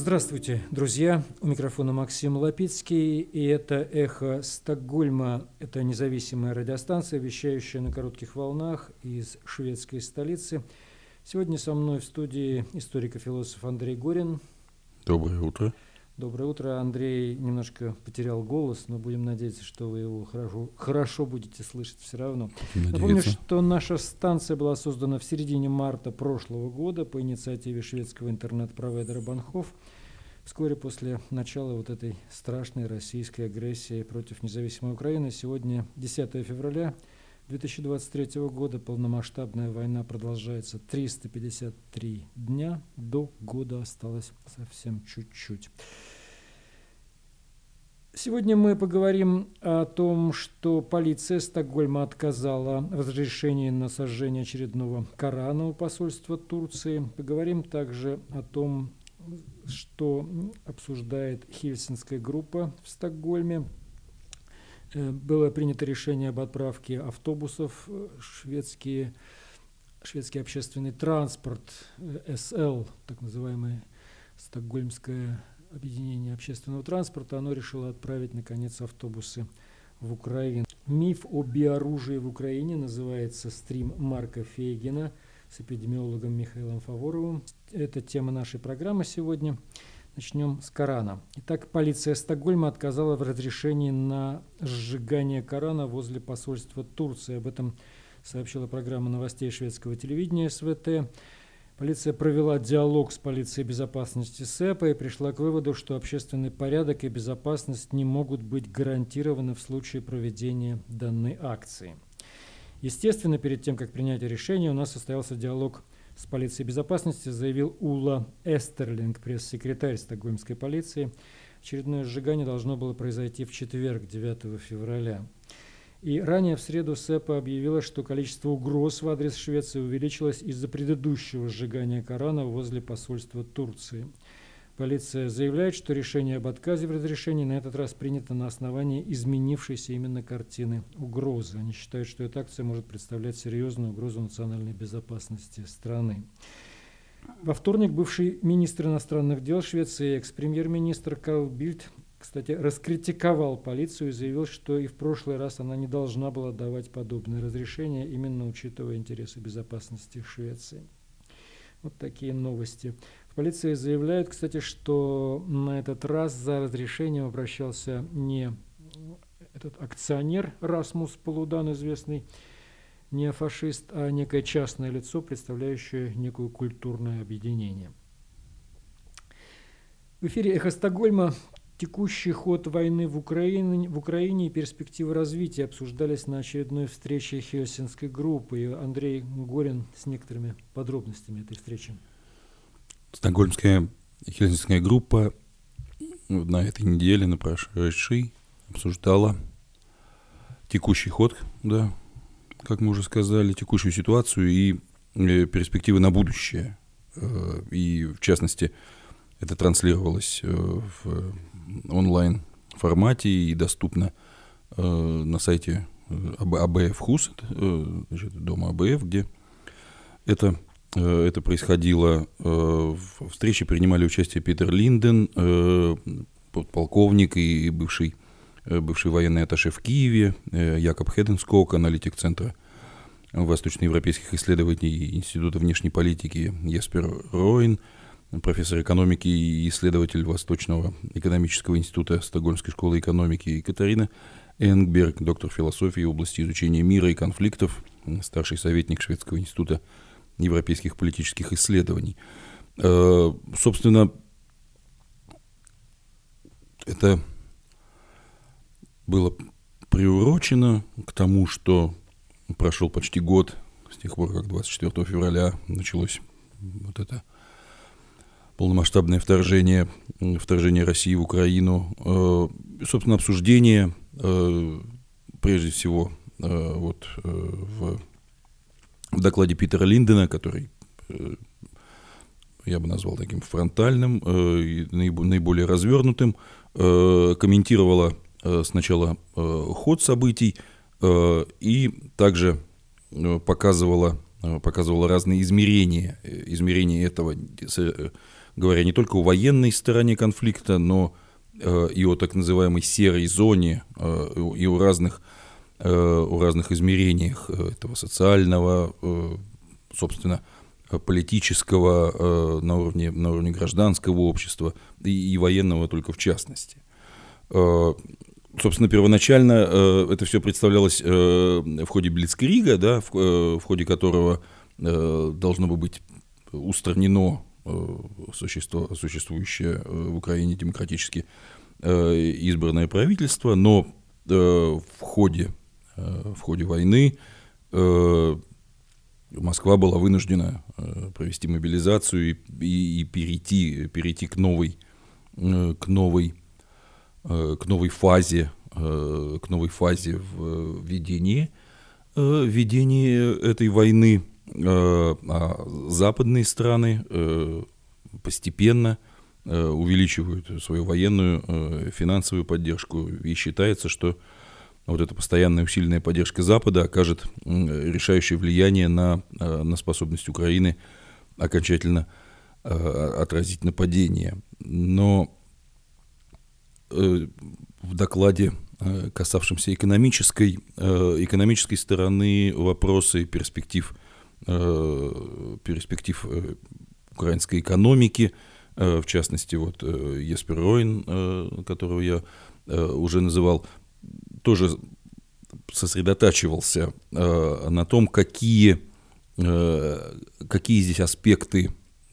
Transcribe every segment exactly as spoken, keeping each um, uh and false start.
Здравствуйте, друзья! У микрофона Максим Лапицкий, и это «Эхо Стокгольма». Это независимая радиостанция, вещающая на коротких волнах из шведской столицы. Сегодня со мной в студии историк-философ Андрей Горин. Доброе утро. Доброе утро. Андрей немножко потерял голос, но будем надеяться, что вы его хорошо, хорошо будете слышать все равно. Надеяться. Напомню, что наша станция была создана в середине марта прошлого года по инициативе шведского интернет-провайдера Банхоф, вскоре после начала вот этой страшной российской агрессии против независимой Украины. Сегодня десятое февраля две тысячи двадцать третьего года, полномасштабная война продолжается триста пятьдесят три дня, до года осталось совсем чуть-чуть. Сегодня мы поговорим о том, что полиция Стокгольма отказала в разрешении на сожжение очередного Корана у посольства Турции. Поговорим также о том, что обсуждает Хельсинская группа в Стокгольме. Было принято решение об отправке автобусов. Шведские, шведский общественный транспорт эс эл, так называемое Стокгольмское объединение общественного транспорта, оно решило отправить, наконец, автобусы в Украину. «Миф о биоружии в Украине» называется стрим Марка Фейгина с эпидемиологом Михаилом Фаворовым. Это тема нашей программы сегодня. Начнем с Корана. Итак, полиция Стокгольма отказала в разрешении на сжигание Корана возле посольства Турции. Об этом сообщила программа новостей шведского телевидения эс вэ тэ. Полиция провела диалог с полицией безопасности СЭПа и пришла к выводу, что общественный порядок и безопасность не могут быть гарантированы в случае проведения данной акции. Естественно, перед тем, как принять решение, у нас состоялся диалог с полицией безопасности, заявил Ула Эстерлинг, пресс-секретарь стокгольмской полиции. Очередное сжигание должно было произойти в четверг, девятого февраля. И ранее в среду СЭПа объявила, что количество угроз в адрес Швеции увеличилось из-за предыдущего сжигания Корана возле посольства Турции. Полиция заявляет, что решение об отказе в разрешении на этот раз принято на основании изменившейся именно картины угрозы. Они считают, что эта акция может представлять серьезную угрозу национальной безопасности страны. Во вторник бывший министр иностранных дел Швеции, экс-премьер-министр Карл Бильд, кстати, раскритиковал полицию и заявил, что и в прошлый раз она не должна была давать подобные разрешения, именно учитывая интересы безопасности Швеции. Вот такие новости. В полиции заявляют, кстати, что на этот раз за разрешением обращался не этот акционер Расмус Полудан, известный неофашист, а некое частное лицо, представляющее некое культурное объединение. В эфире «Эхо Стокгольма». Текущий ход войны в Украине, в Украине и перспективы развития обсуждались на очередной встрече Хельсинской группы. И Андрей Горин с некоторыми подробностями этой встречи. Стокгольмская Хельсинская группа на этой неделе, на прошедшей, обсуждала текущий ход, да, как мы уже сказали, текущую ситуацию и перспективы на будущее. И, в частности, это транслировалось в онлайн-формате и доступно на сайте эй би эф Хус, дома эй би эф, где это, это происходило. В встрече принимали участие Питер Линден, полковник и бывший, бывший военный атташе в Киеве, Якоб Хеденскок, аналитик Центра восточноевропейских исследований Института внешней политики Еспер Ройн, профессор экономики и исследователь Восточного экономического института Стокгольмской школы экономики, и Катарина Энгберг, доктор философии в области изучения мира и конфликтов, старший советник Шведского института европейских политических исследований. Собственно, это было приурочено к тому, что прошел почти год с тех пор, как двадцать четвёртого февраля началось вот это полномасштабное вторжение, вторжение России в Украину. Собственно, обсуждение, прежде всего, вот в, в докладе Питера Линдена, который я бы назвал таким фронтальным и наиболее развернутым, комментировала сначала ход событий и также показывала показывала разные измерения, измерения этого, говоря не только о военной стороне конфликта, но и о так называемой серой зоне, и о разных, о разных измерениях этого социального, собственно, политического на уровне, на уровне гражданского общества и, и военного только в частности. Собственно, первоначально это все представлялось в ходе Блицкрига, да, в, в ходе которого должно бы быть устранено существо, существующее в Украине демократически избранное правительство, но в ходе, в ходе войны Москва была вынуждена провести мобилизацию и, и, и перейти, перейти к новой, к новой, к новой фазе, к новой фазе в ведении, ведении этой войны. А западные страны постепенно увеличивают свою военную, финансовую поддержку, и считается, что вот эта постоянная усиленная поддержка Запада окажет решающее влияние на, на способность Украины окончательно отразить нападение. Но в докладе, касавшемся экономической, экономической стороны вопроса и перспектив, перспектив украинской экономики, в частности, вот Еспер Ройн, которого я уже называл, тоже сосредотачивался на том, какие, какие здесь аспекты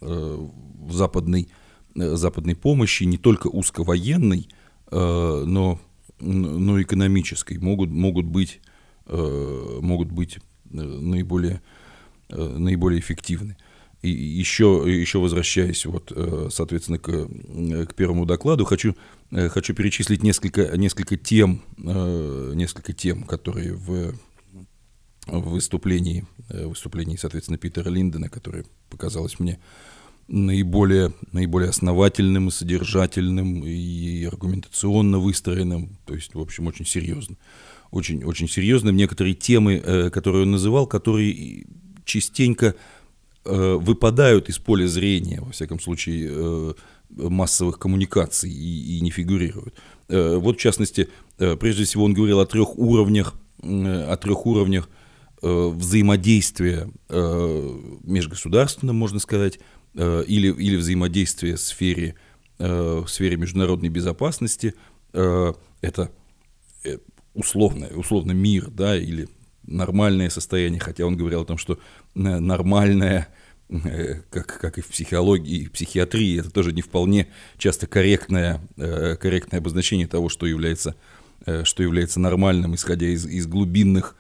в западной, западной помощи, не только узковоенной, но, но экономической, могут, могут быть, могут быть наиболее, наиболее эффективны. И еще, еще возвращаясь, вот, соответственно, к, к первому докладу, хочу, хочу перечислить несколько, несколько тем, несколько тем, которые в, в выступлении, выступлении, соответственно, Питера Линдена, которое показалось мне наиболее, наиболее основательным и содержательным и аргументационно выстроенным, то есть, в общем, очень серьезно. Очень, очень серьезным. Некоторые темы, которые он называл, которые частенько выпадают из поля зрения, во всяком случае, массовых коммуникаций и, и не фигурируют. Вот, в частности, прежде всего он говорил о трех уровнях, о трех уровнях взаимодействия межгосударственном, можно сказать, или, или взаимодействия в сфере, в сфере международной безопасности. Это условно, условно мир, да, или нормальное состояние, хотя он говорил о том, что нормальное, как, как и в психологии, и в психиатрии, это тоже не вполне часто корректное, корректное обозначение того, что является, что является нормальным, исходя из, из глубинных,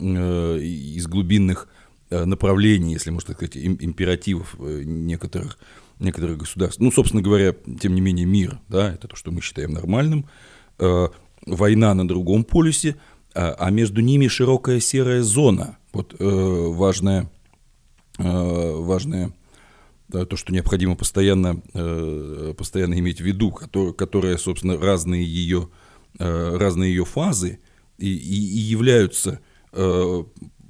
из глубинных направлений, если можно так сказать, императивов некоторых, некоторых государств. Ну, собственно говоря, тем не менее, мир, да, это то, что мы считаем нормальным, война на другом полюсе, а между ними широкая серая зона. Вот э, важное, э, важное да, то, что необходимо постоянно, э, постоянно иметь в виду, который, которая, собственно, разные ее, э, разные ее фазы и, и, и являются э,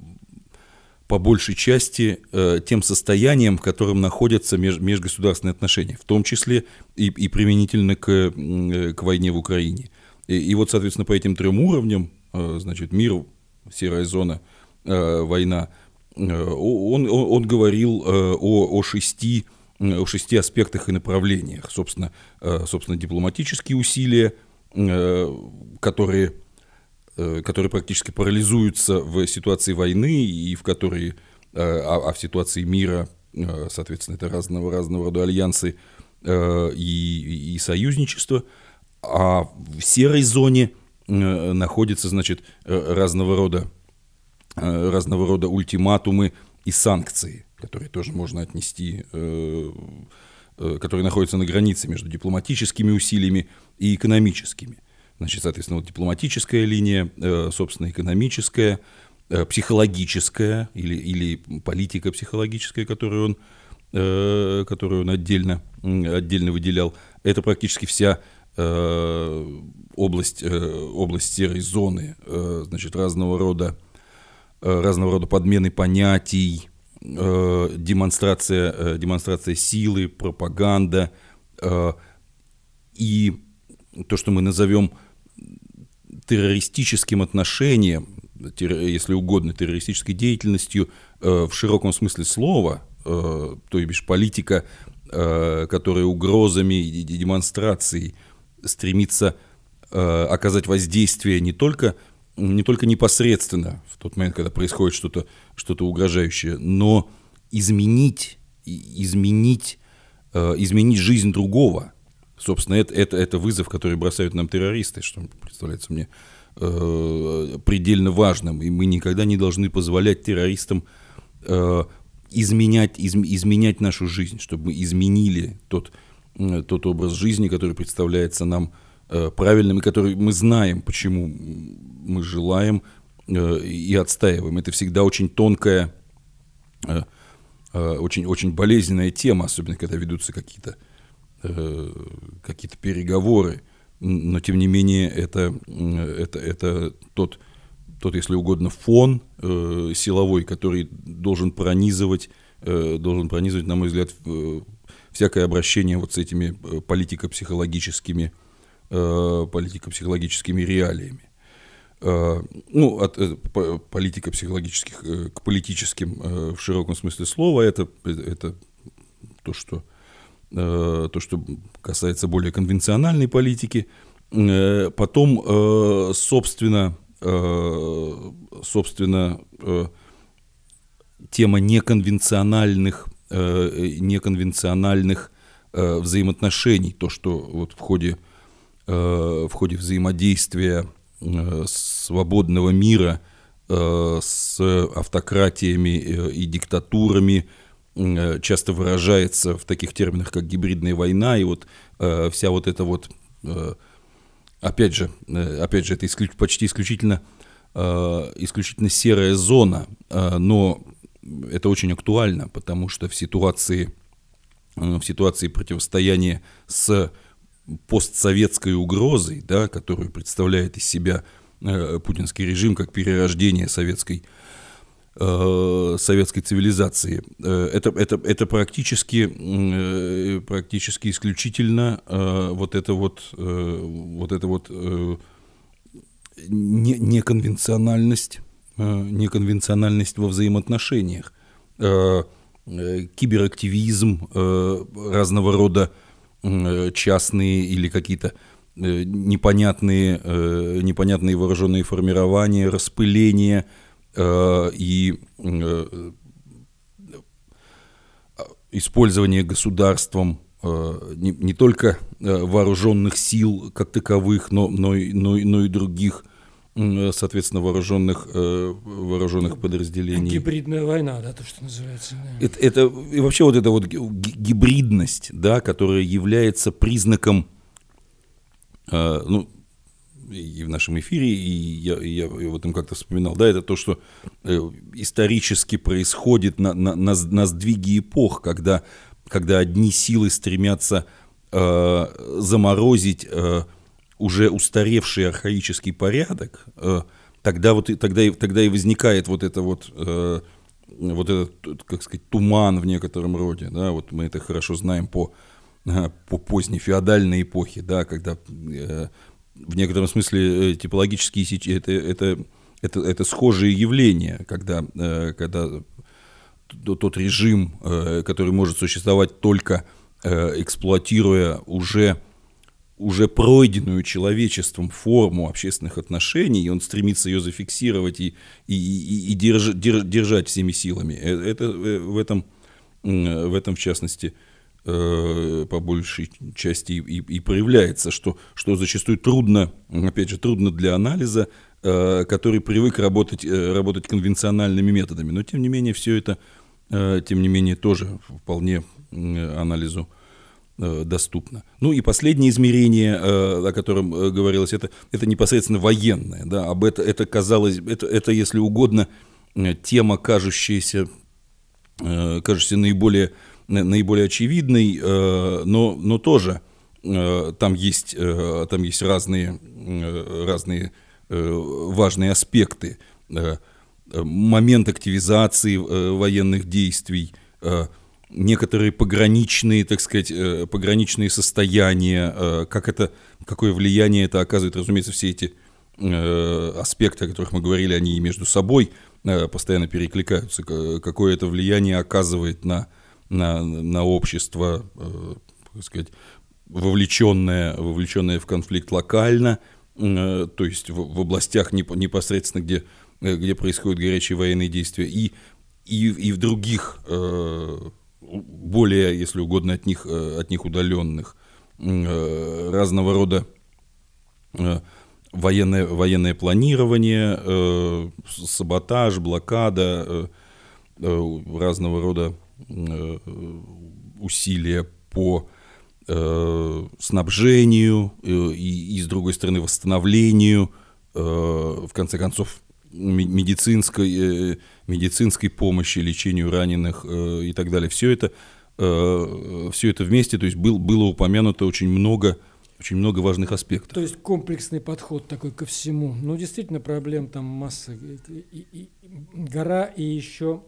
по большей части э, тем состоянием, в котором находятся меж, межгосударственные отношения, в том числе и, и применительно к, э, к войне в Украине. И, и вот, соответственно, по этим трем уровням, значит, мир, серая зона, э, война, э, он, он, он говорил э, о, о, шести, о шести аспектах и направлениях. Собственно, э, собственно дипломатические усилия, э, которые, э, которые практически парализуются в ситуации войны и в которые, э, а, а в ситуации мира, э, соответственно, это разного, разного рода альянсы э, и, и союзничество. А в серой зоне находятся, значит, разного рода, разного рода ультиматумы и санкции, которые тоже можно отнести, которые находятся на границе между дипломатическими усилиями и экономическими. Значит, соответственно, вот дипломатическая линия, собственно, экономическая, психологическая или, или политика психологическая, которую он, которую он отдельно, отдельно выделял, это практически вся область, область серой зоны, значит, разного рода, разного рода подмены понятий, э, демонстрация, э, демонстрация силы, пропаганда э, и то, что мы назовем террористическим отношением, если угодно, террористической деятельностью э, в широком смысле слова, э, то есть политика, э, которая угрозами и демонстрацией стремится э, оказать воздействие не только, не только непосредственно в тот момент, когда происходит что-то, что-то угрожающее, но изменить, изменить, э, изменить жизнь другого. Собственно, это, это, это вызов, который бросают нам террористы, что представляется мне э, предельно важным. И мы никогда не должны позволять террористам э, изменять, из, изменять нашу жизнь, чтобы мы изменили тот, э, тот образ жизни, который представляется нам э, правильным, и который мы знаем, почему мы желаем э, и отстаиваем. Это всегда очень тонкая, э, э, очень, очень болезненная тема, особенно когда ведутся какие-то какие-то переговоры, но тем не менее это, это, это тот, тот, если угодно, фон э, силовой, который должен пронизывать, э, должен пронизывать, на мой взгляд, э, всякое обращение вот с этими политико-психологическими, э, политико-психологическими реалиями. Э, ну, от э, политико-психологических э, к политическим э, в широком смысле слова, это, это то, что то, что касается более конвенциональной политики. Потом, собственно, собственно тема неконвенциональных, неконвенциональных взаимоотношений, то, что вот в ходе, в ходе взаимодействия свободного мира с автократиями и диктатурами часто выражается в таких терминах, как гибридная война, и вот э, вся вот эта вот, э, опять же, э, опять же, это исключ, почти исключительно, э, исключительно серая зона, э, но это очень актуально, потому что в ситуации, э, в ситуации противостояния с постсоветской угрозой, да, которую представляет из себя э, путинский режим как перерождение советской советской цивилизации. Это, это, это практически, практически исключительно вот это вот, вот, это вот неконвенциональность, неконвенциональность во взаимоотношениях, киберактивизм, разного рода частные или какие-то непонятные, непонятные вооруженные формирования, распыления и использование государством не, не только вооруженных сил как таковых, но, но, но, но и других, соответственно, вооруженных, вооруженных подразделений. Гибридная война, да, то, что называется. Да. Это, это, и вообще вот эта вот гибридность, да, которая является признаком, ну, и в нашем эфире, и я, и я об этом как-то вспоминал, да, это то, что э, исторически происходит на, на, на, на сдвиге эпох, когда, когда одни силы стремятся э, заморозить э, уже устаревший архаический порядок, э, тогда, вот, тогда, и, тогда и возникает вот это вот, э, вот этот, как сказать, туман в некотором роде, да, вот мы это хорошо знаем по, по поздней феодальной эпохе, да, когда э, в некотором смысле типологические это, это, это, это схожие явления, когда, когда тот режим, который может существовать только эксплуатируя уже, уже пройденную человечеством форму общественных отношений, и он стремится ее зафиксировать и, и, и, и держ, держ, держать всеми силами. Это, в, этом, в этом, в частности, по большей части и, и проявляется, что, что зачастую трудно, опять же, трудно для анализа, который привык работать, работать конвенциональными методами. Но, тем не менее, все это, тем не менее, тоже вполне анализу доступно. Ну и последнее измерение, о котором говорилось, это, это непосредственно военное. Да, об это, это казалось, это, это, если угодно, тема, кажущаяся, кажущаяся наиболее наиболее очевидный, но, но тоже там есть, там есть разные, разные важные аспекты. момент активизации военных действий, некоторые пограничные, так сказать, пограничные состояния, как это, какое влияние это оказывает, разумеется, все эти аспекты, о которых мы говорили, они и между собой постоянно перекликаются, какое это влияние оказывает на, на, на общество, так сказать, вовлеченное, вовлеченное в конфликт локально, то есть в, в областях непосредственно, где, где происходят горячие военные действия, и, и, и в других, более, если угодно, от них, от них удаленных, разного рода военное, военное планирование, саботаж, блокада, разного рода усилия по снабжению и, и, с другой стороны, восстановлению, в конце концов, медицинской, медицинской помощи, лечению раненых и так далее. Все это, все это вместе, то есть был, было упомянуто очень много, очень много важных аспектов. То есть комплексный подход такой ко всему. Ну, действительно, проблем там масса. И, и, и, гора и еще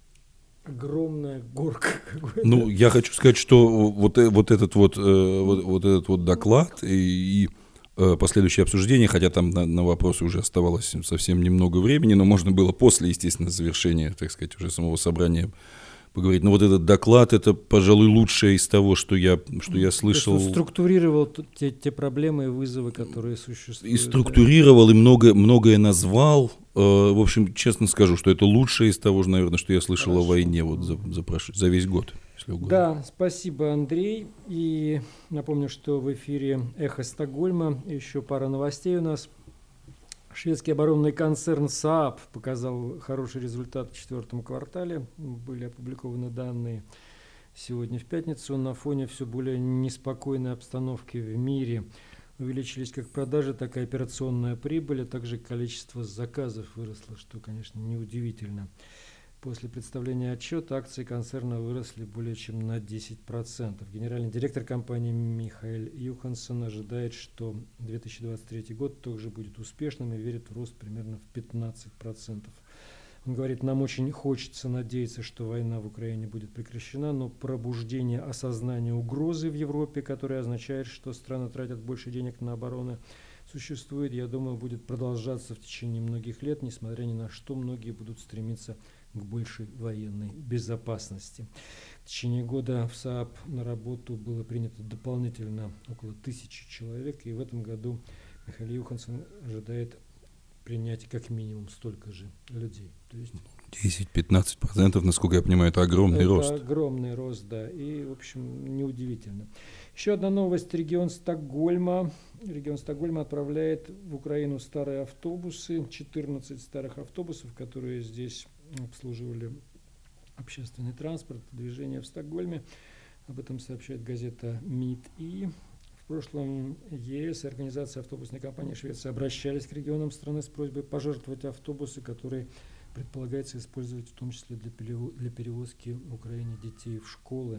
огромная горка. Ну, я хочу сказать, что вот, вот, этот, вот, вот, вот этот вот доклад и, и последующее обсуждение, хотя там на, на вопросы уже оставалось совсем немного времени, но можно было после, естественно, завершения, так сказать, уже самого собрания поговорить. Но вот этот доклад, это, пожалуй, лучшее из того, что я, что я слышал. То есть он структурировал те, те проблемы и вызовы, которые существуют. И структурировал, да? И много, многое назвал. В общем, честно скажу, что это лучшее из того, наверное, что я слышал Хорошо. О войне вот за, за, за весь год. Да, спасибо, Андрей. И напомню, что в эфире «Эхо Стокгольма». Еще пара новостей у нас. Шведский оборонный концерн Saab показал хороший результат в четвертом квартале. Были опубликованы данные сегодня в пятницу. На фоне все более неспокойной обстановки в мире увеличились как продажи, так и операционная прибыль, а также количество заказов выросло, что, конечно, неудивительно. После представления отчета акции концерна выросли более чем на десять процентов. Генеральный директор компании Михаэль Юхансон ожидает, что две тысячи двадцать третий год также будет успешным и верит в рост примерно в пятнадцать процентов. Он говорит, нам очень хочется надеяться, что война в Украине будет прекращена, но пробуждение осознания угрозы в Европе, которое означает, что страны тратят больше денег на оборону, существует, я думаю, будет продолжаться в течение многих лет, несмотря ни на что, многие будут стремиться к большей военной безопасности. В течение года в Saab на работу было принято дополнительно около тысячи человек, и в этом году Михаэль Юхансон ожидает принять как минимум столько же людей. То есть десять-пятнадцать процентов, насколько я понимаю, это огромный это рост. огромный рост, да, и, в общем, неудивительно. Еще одна новость. Регион Стокгольма. Регион Стокгольма отправляет в Украину старые автобусы, четырнадцать старых автобусов, которые здесь обслуживали общественный транспорт, движение в Стокгольме. Об этом сообщает газета МИД-И. В прошлом ЕС и организация автобусной компании Швеции обращались к регионам страны с просьбой пожертвовать автобусы, которые предполагается использовать в том числе для перевозки в Украине детей в школы.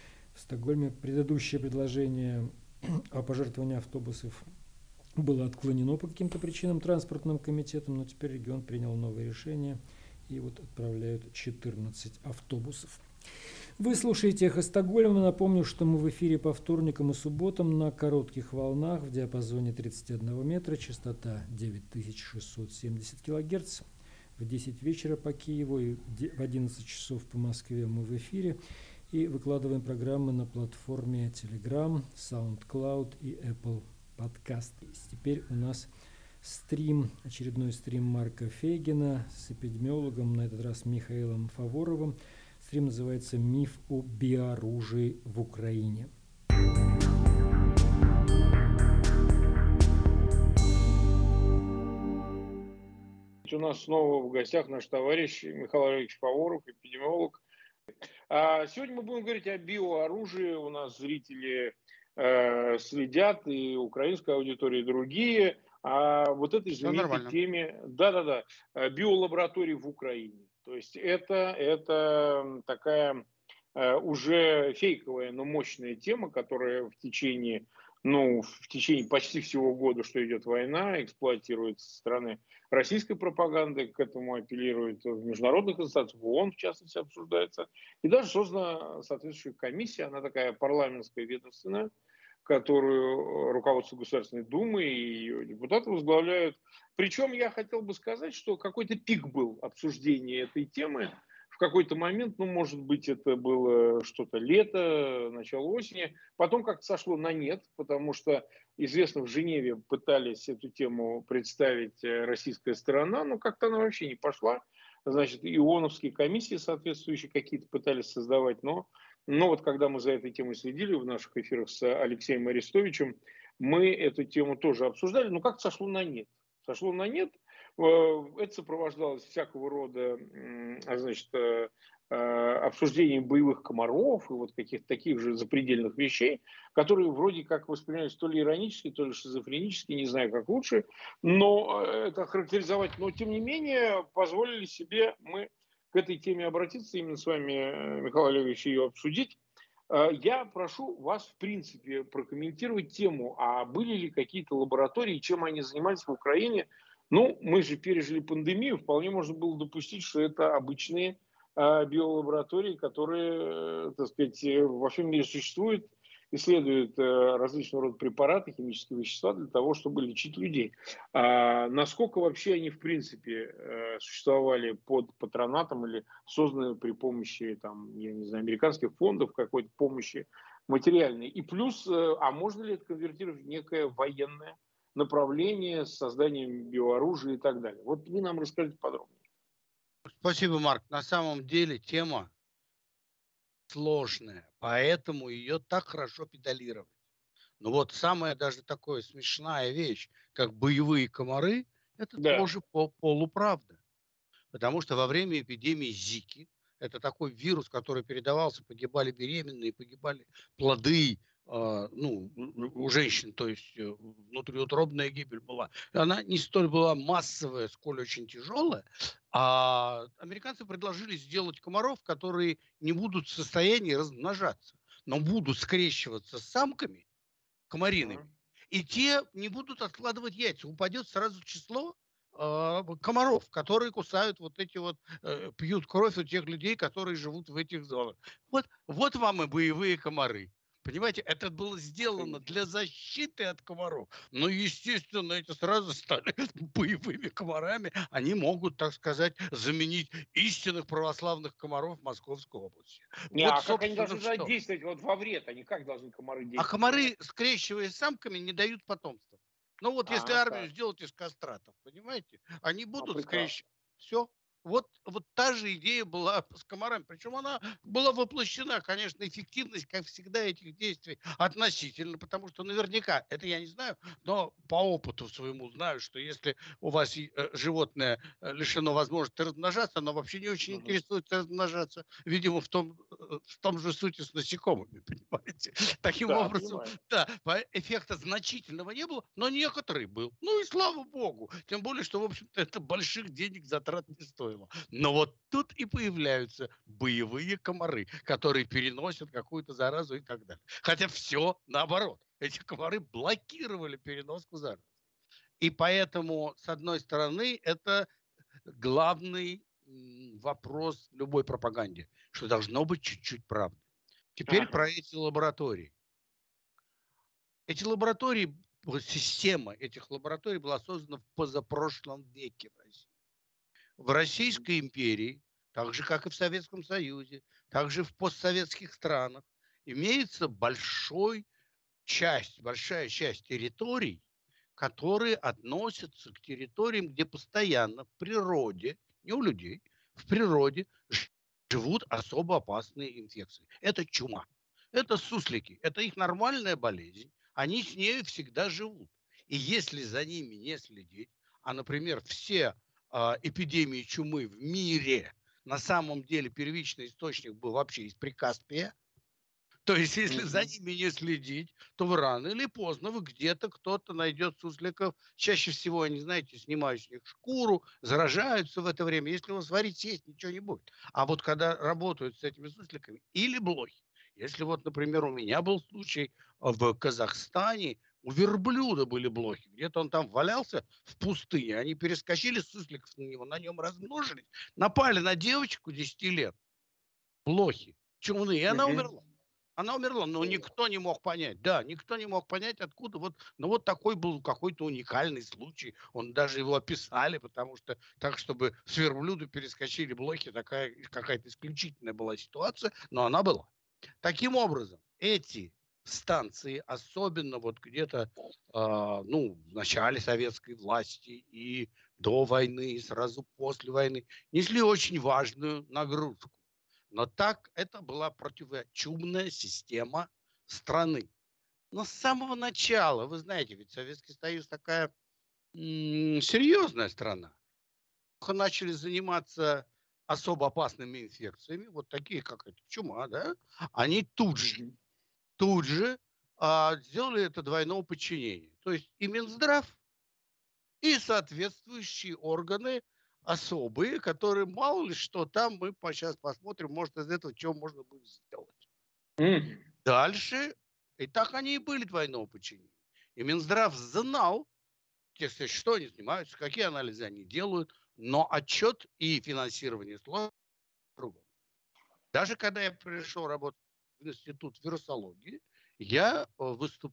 В Стокгольме предыдущее предложение о пожертвовании автобусов было отклонено по каким-то причинам транспортным комитетом, но теперь регион принял новое решение и вот отправляют четырнадцать автобусов. Вы слушаете «Эхо Стокгольма». Напомню, что мы в эфире по вторникам и субботам на коротких волнах в диапазоне тридцать один метра, частота девять тысяч шестьсот семьдесят килогерц. В десять вечера по Киеву и в одиннадцать часов по Москве мы в эфире и выкладываем программы на платформе Telegram, SoundCloud и Apple Podcast. Теперь у нас стрим, очередной стрим Марка Фейгина с эпидемиологом, на этот раз Михаилом Фаворовым. Стрим называется «Миф о биоружии в Украине». У нас снова в гостях наш товарищ Михаил Олегович Фаворов, эпидемиолог. А сегодня мы будем говорить о биооружии. У нас зрители э, следят, и украинская аудитория, и другие. А вот этой знаменитой теме, да-да-да, биолаборатории в Украине. То есть это, это такая э, уже фейковая, но мощная тема, которая в течение ну, в течение почти всего года, что идет война, эксплуатируется со стороны российской пропаганды, к этому апеллируют в международных инстанциях, в ООН, в частности, обсуждается. И даже создана соответствующая комиссия, она такая парламентская, ведомственная, которую руководство Государственной Думы и ее депутаты возглавляют. Причем я хотел бы сказать, что какой-то пик был обсуждения этой темы. В какой-то момент, ну, может быть, это было что-то лето, начало осени. Потом как-то сошло на нет, потому что, известно, в Женеве пытались эту тему представить э, российская сторона, но как-то она вообще не пошла. Значит, ионовские комиссии соответствующие какие-то пытались создавать, но но вот когда мы за этой темой следили в наших эфирах с Алексеем Арестовичем, мы эту тему тоже обсуждали, но как-то сошло на нет. Сошло на нет. Э, Это сопровождалось всякого рода, а, значит, э, э, обсуждением боевых комаров и вот каких-то таких же запредельных вещей, которые вроде как воспринимались то ли иронически, то ли шизофренически, не знаю, как лучше, но э, это характеризовать. Но, тем не менее, позволили себе мы к этой теме обратиться, именно с вами, э, Михаил Олегович, ее обсудить. Э, Я прошу вас, в принципе, прокомментировать тему, а были ли какие-то лаборатории, чем они занимались в Украине. Ну, мы же пережили пандемию, вполне можно было допустить, что это обычные э, биолаборатории, которые, э, так сказать, э, во всем мире существуют, исследуют э, различного рода препараты, химические вещества для того, чтобы лечить людей. А насколько вообще они, в принципе, э, существовали под патронатом или созданы при помощи, там, я не знаю, американских фондов, какой-то помощи материальной? И плюс, э, а можно ли это конвертировать в некое военное направление с созданием биооружия и так далее? Вот вы нам расскажите подробнее. Спасибо, Марк. На самом деле тема сложная, поэтому ее так хорошо педалировать. Но вот самая даже такая смешная вещь, как боевые комары, это Да. тоже по- полуправда. Потому что во время эпидемии Зики, это такой вирус, который передавался, погибали беременные, погибали плоды, а, ну, у женщин, то есть э, внутриутробная гибель была. Она не столь была массовая, сколь очень тяжелая. А американцы предложили сделать комаров, которые не будут в состоянии размножаться, но будут скрещиваться с самками комариными. Ага. И те не будут откладывать яйца. Упадет сразу число э, комаров, которые кусают вот эти вот, э, пьют кровь у тех людей, которые живут в этих зонах. Вот, вот вам и боевые комары. Понимаете, это было сделано для защиты от комаров. Но, естественно, эти сразу стали боевыми комарами. Они могут, так сказать, заменить истинных православных комаров Московской области. Не, Вот, а как они собственно, должны что. действовать вот во вред? Они как должны комары А действовать? комары, скрещиваясь с самками, не дают потомства. Ну вот если А, армию так. сделать из кастратов, понимаете, они Ну, будут прекрасно. скрещивать. Все. Вот, вот та же идея была с комарами. Причем она была воплощена, конечно, эффективность, как всегда, этих действий относительно, потому что наверняка, это я не знаю, но по опыту своему знаю, что если у вас э, животное э, лишено возможности размножаться, оно вообще не очень Мгм. интересуется размножаться, видимо, в том, э, в том же сути с насекомыми, понимаете. Таким Да, образом, понимаю. да, по- эффекта значительного не было, но некоторый был. Ну и слава богу. Тем более, что, в общем-то, это больших денег затрат не стоило. Но вот тут и появляются боевые комары, которые переносят какую-то заразу и так далее. Хотя все наоборот. Эти комары блокировали переноску заразы. И поэтому, с одной стороны, это главный м, вопрос в любой пропаганде, что должно быть чуть-чуть правды. Теперь Ага. про эти лаборатории. Эти лаборатории, вот система этих лабораторий была создана в позапрошлом веке в России. В Российской империи, так же, как и в Советском Союзе, также в постсоветских странах, имеется большой часть, большая часть территорий, которые относятся к территориям, где постоянно в природе, не у людей, в природе живут особо опасные инфекции. Это чума, это суслики, это их нормальная болезнь, они с ней всегда живут. И если за ними не следить, а, например, все а, эпидемии чумы в мире, на самом деле первичный источник был вообще из Прикаспия, то есть, если за Мгм. ними не следить, то вы рано или поздно вы где-то кто-то найдет сусликов. Чаще всего они, знаете, снимают с них шкуру, заражаются в это время. Если его сварить, съесть, ничего не будет. А вот когда работают с этими сусликами, или блохи, Если вот, например, у меня был случай в Казахстане, у верблюда были блохи. Где-то он там валялся в пустыне. Они перескочили сусликов на него, на нем размножились, напали на девочку десяти лет. Блохи, чумные, и она умерла. Она умерла, но никто не мог понять. Да, никто не мог понять, откуда. Вот, ну вот такой был какой-то уникальный случай. Он даже его описали, потому что так, чтобы с верблюда перескочили блохи, такая какая-то исключительная была ситуация, но она была. Таким образом, эти станции, особенно вот где-то, э, ну, в начале советской власти и до войны, и сразу после войны, несли очень важную нагрузку. Но так это была противочумная система страны. Но с самого начала, вы знаете, ведь Советский Союз такая м, серьезная страна. Начали заниматься особо опасными инфекциями, вот такие, как эта чума, да, они тут же, тут же а, сделали это двойного подчинения. То есть и Минздрав, и соответствующие органы особые, которые, мало ли что там, мы сейчас посмотрим, может, из этого чего можно будет сделать. Mm. Дальше, и так они и были двойного подчинения. И Минздрав знал, если что они занимаются, какие анализы они делают, но отчет и финансирование сложно другом. Даже когда я пришел работать в институт вирусологии, я выступ...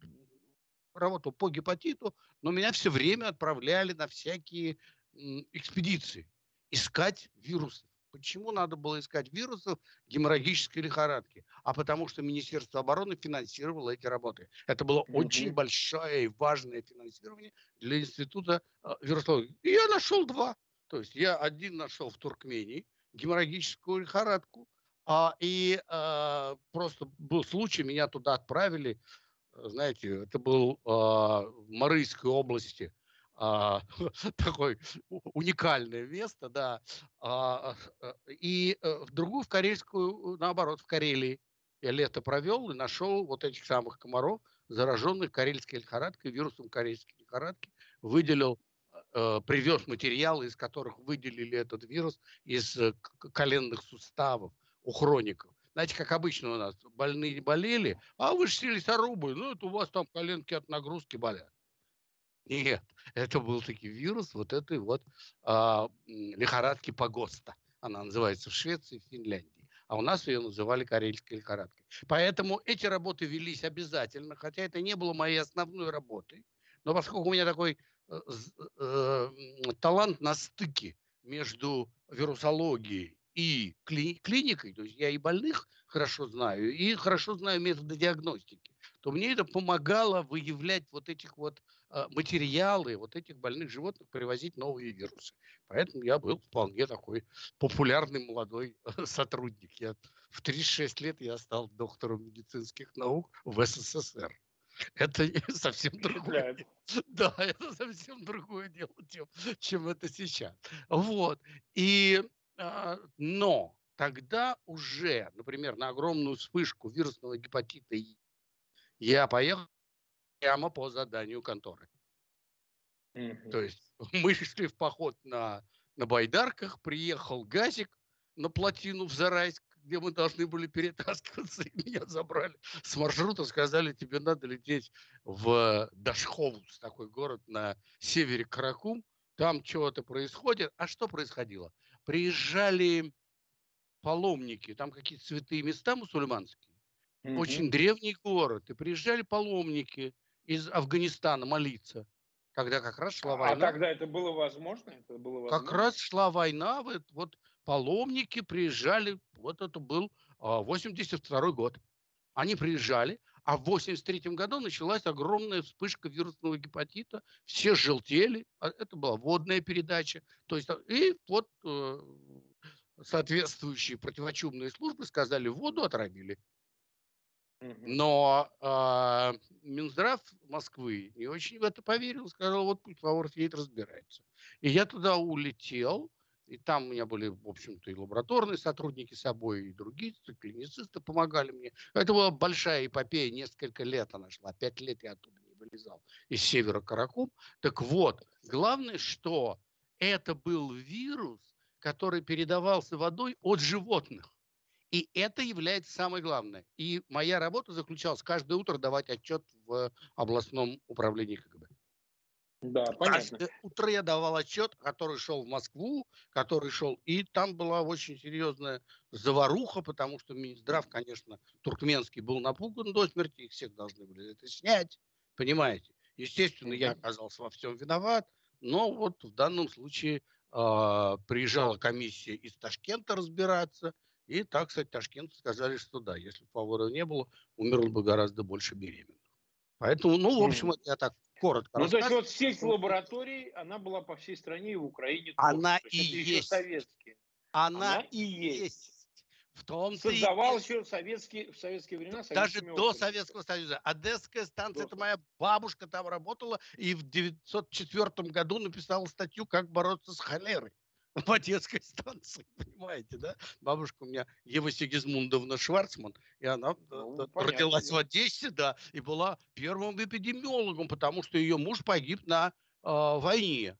работал по гепатиту, но меня все время отправляли на всякие м, экспедиции искать вирусы. Почему надо было искать вирусов геморрагической лихорадки? А потому что Министерство обороны финансировало эти работы. Это было mm-hmm. очень большое и важное финансирование для института э, вирусологии. И я нашел два. То есть я один нашел в Туркмении геморрагическую лихорадку, а, и а, просто был случай, меня туда отправили. Знаете, это был э, в Марийской области э, такое уникальное место, да, э, э, и э, в другую, в Карельскую, наоборот, в Карелии. Я лето провел и нашел вот этих самых комаров, зараженных карельской лихорадкой, вирусом карельской лихорадки, выделил, э, привез материалы, из которых выделили этот вирус из э, коленных суставов у хроников. Знаете, как обычно у нас, больные болели, а вы же лесорубы, ну это у вас там коленки от нагрузки болят. Нет, это был таки вирус вот этой вот а, лихорадки Погоста. Она называется в Швеции, в Финляндии. А у нас ее называли карельской лихорадкой. Поэтому эти работы велись обязательно, хотя это не было моей основной работой. Но поскольку у меня такой э, э, талант на стыке между вирусологией и кли- клиникой, то есть я и больных хорошо знаю, и хорошо знаю методы диагностики, то мне это помогало выявлять вот этих вот э, материалы, вот этих больных животных, привозить новые вирусы. Поэтому я был вполне такой популярный молодой э, сотрудник. Я, в тридцать шесть лет я стал доктором медицинских наук в СССР. Это совсем другое дело. Да, это совсем другое дело, чем, чем это сейчас. Вот. И но тогда уже, например, на огромную вспышку вирусного гепатита я поехал прямо по заданию конторы. Mm-hmm. То есть мы шли в поход на, на байдарках, приехал газик на плотину в Зарайск, где мы должны были перетаскиваться, и меня забрали с маршрута, сказали, тебе надо лететь в Дашховус, такой город на севере Каракум, там чего-то происходит. А что происходило? Приезжали паломники, там какие-то святые места мусульманские, mm-hmm. очень древний город, и приезжали паломники из Афганистана молиться, когда как раз шла а, война. А тогда это было возможно? Это было возможно? Как раз шла война, вот, вот паломники приезжали, вот это был а, восемьдесят второй год. Они приезжали, а в восемьдесят третьем году началась огромная вспышка вирусного гепатита, все желтели, это была водная передача, то есть, и вот э, соответствующие противочумные службы сказали, воду отравили. Но э, Минздрав Москвы не очень в это поверил, сказал, вот пусть Фаворов едет, разбирается. И я туда улетел, и там у меня были, в общем-то, и лабораторные сотрудники с собой, и другие клиницисты помогали мне. Это была большая эпопея, несколько лет она шла, пять лет я оттуда не вылезал, из севера Каракум. Так вот, главное, что это был вирус, который передавался водой от животных. И это является самое главное. И моя работа заключалась каждое утро давать отчет в областном управлении КГБ. Да, понятно. Каждое утро я давал отчет, который шел в Москву, который шел, и там была очень серьезная заваруха, потому что Минздрав, конечно, туркменский был напуган до смерти, их всех должны были это снять, понимаете. Естественно, я оказался во всем виноват, но вот в данном случае э, приезжала комиссия из Ташкента разбираться, и так, кстати, Ташкент сказали, что да, если бы Фаворова не было, умерло бы гораздо больше беременных. Поэтому, ну, в общем, это я так коротко Ну, то есть рассказываю. вот сеть лабораторий, она была по всей стране и в Украине тоже. Она То и есть это еще есть. советские. Она, Она и есть. есть. В том Создавал еще советские, в советские времена даже советскими до округами. Советского Союза. Одесская станция, До это моя бабушка там работала, и в девятьсот четвёртом году написала статью «Как бороться с холерой» в Одесской станции, понимаете, да? Бабушка у меня Ева Сигизмундовна Шварцман, и она Ну, э, понятно, родилась да. в Одессе, да, и была первым эпидемиологом, потому что ее муж погиб на э, войне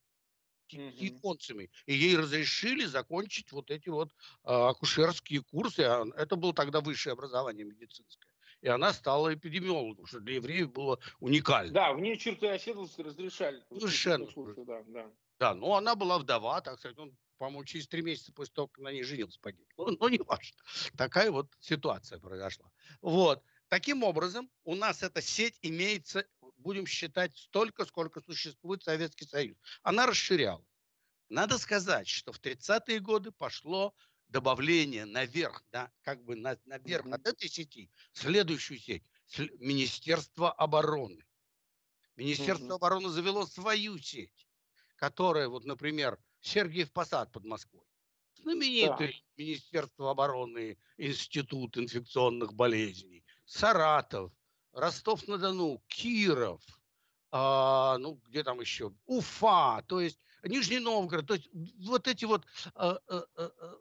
с японцами. И ей разрешили закончить вот эти вот э, акушерские курсы. А это было тогда высшее образование медицинское. И она стала эпидемиологом, что для евреев было уникально. Да, вне черты оседлости разрешали. Совершенно. Случае, да, да. Да, но она была вдова, так сказать, он, по-моему, через три месяца после того, как на ней женился, погиб. Ну, ну, не важно. Такая вот ситуация произошла. Вот. Таким образом, у нас эта сеть имеется, будем считать, столько, сколько существует Советский Союз. Она расширялась. Надо сказать, что в тридцатые годы пошло добавление наверх, да, как бы на, наверх Мгм. от этой сети, следующую сеть, Министерство обороны. Министерство Мгм. обороны завело свою сеть, которая, вот, например, Сергиев Посад под Москвой. Знаменитое Так. Министерство обороны, Институт инфекционных болезней, Саратов, Ростов-на-Дону, Киров, а, ну, где там еще, Уфа, то есть Нижний Новгород, то есть вот эти вот а, а, а, а,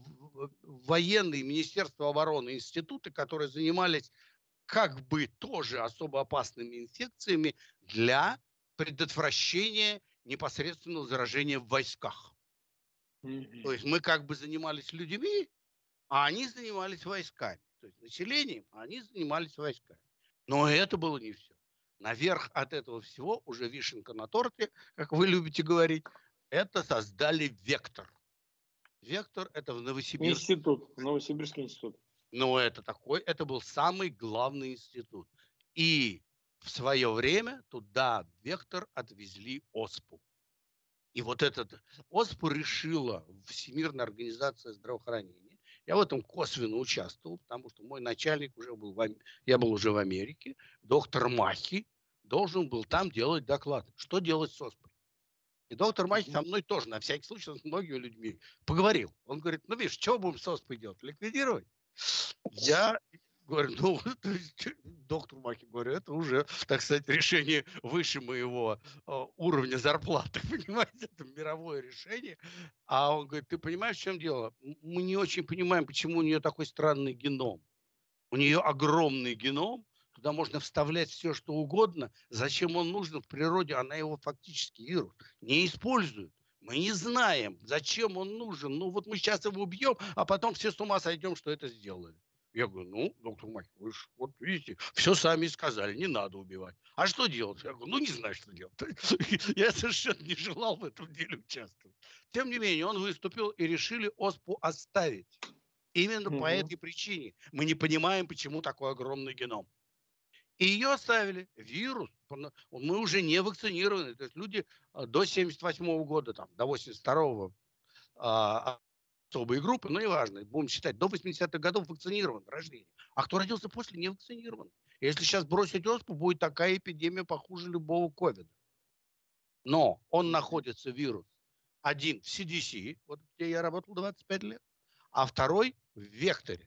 военные Министерства обороны, институты, которые занимались как бы тоже особо опасными инфекциями для предотвращения непосредственного заражения в войсках. Мгм. То есть мы как бы занимались людьми, а они занимались войсками. То есть населением, а они занимались войсками. Но это было не все. Наверх от этого всего уже вишенка на торте, как вы любите говорить, это создали «Вектор». «Вектор» — это в Новосибирске. Институт, Новосибирский институт. Но это такой, это был самый главный институт. И в свое время туда «Вектор» отвезли ОСПУ. И вот этот ОСПУ решила Всемирная организация здравоохранения. Я в этом косвенно участвовал, потому что мой начальник уже был, в, я был уже в Америке, доктор Махи должен был там делать доклад, что делать с ОСПой. И доктор Махи со мной тоже, на всякий случай, с многими людьми поговорил. Он говорит, ну видишь, что будем с ОСПой делать? Ликвидировать? Я говорю, ну, доктор Махи, говорю, это уже, так сказать, решение выше моего э, уровня зарплаты, понимаете, это мировое решение. А он говорит, ты понимаешь, в чем дело? Мы не очень понимаем, почему у нее такой странный геном. У нее огромный геном, туда можно вставлять все, что угодно. Зачем он нужен в природе? Она его фактически, вирус, не использует. Мы не знаем, зачем он нужен. Ну вот мы сейчас его убьем, а потом все с ума сойдем, что это сделали. Я говорю, ну, доктор Махи, вы же, вот видите, все сами сказали, не надо убивать. А что делать? Я говорю, ну, не знаю, что делать. Я совершенно не желал в этом деле участвовать. Тем не менее, он выступил и решили ОСПУ оставить. Именно по этой причине. Мы не понимаем, почему такой огромный геном. И ее оставили. Вирус. Мы уже не вакцинированы. То есть люди до семьдесят восьмого года, там, до восемьдесят второго а, особые группы, но неважно, будем считать, до восьмидесятых годов вакцинирован рождение. А кто родился после, не вакцинирован. Если сейчас бросить ОСПУ, будет такая эпидемия похуже любого ковида. Но он находится, вирус, один в си ди си, вот где я работал двадцать пять лет, а второй в Векторе.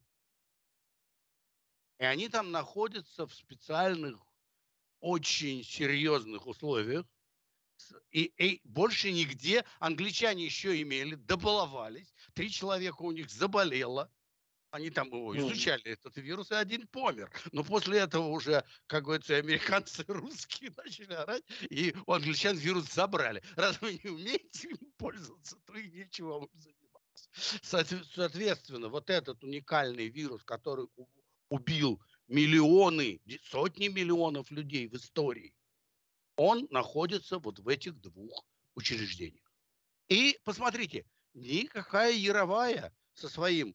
И они там находятся в специальных, очень серьезных условиях. И, и больше нигде. Англичане еще имели, добаловались. Три человека у них заболело. Они там его изучали, этот вирус, и один помер. Но после этого уже, как говорится, американцы и русские начали орать, и у англичан вирус забрали. Раз вы не умеете им пользоваться, то и нечего вам заниматься. Соответственно, вот этот уникальный вирус, который убил миллионы, сотни миллионов людей в истории, он находится вот в этих двух учреждениях. И посмотрите, никакая Яровая со своим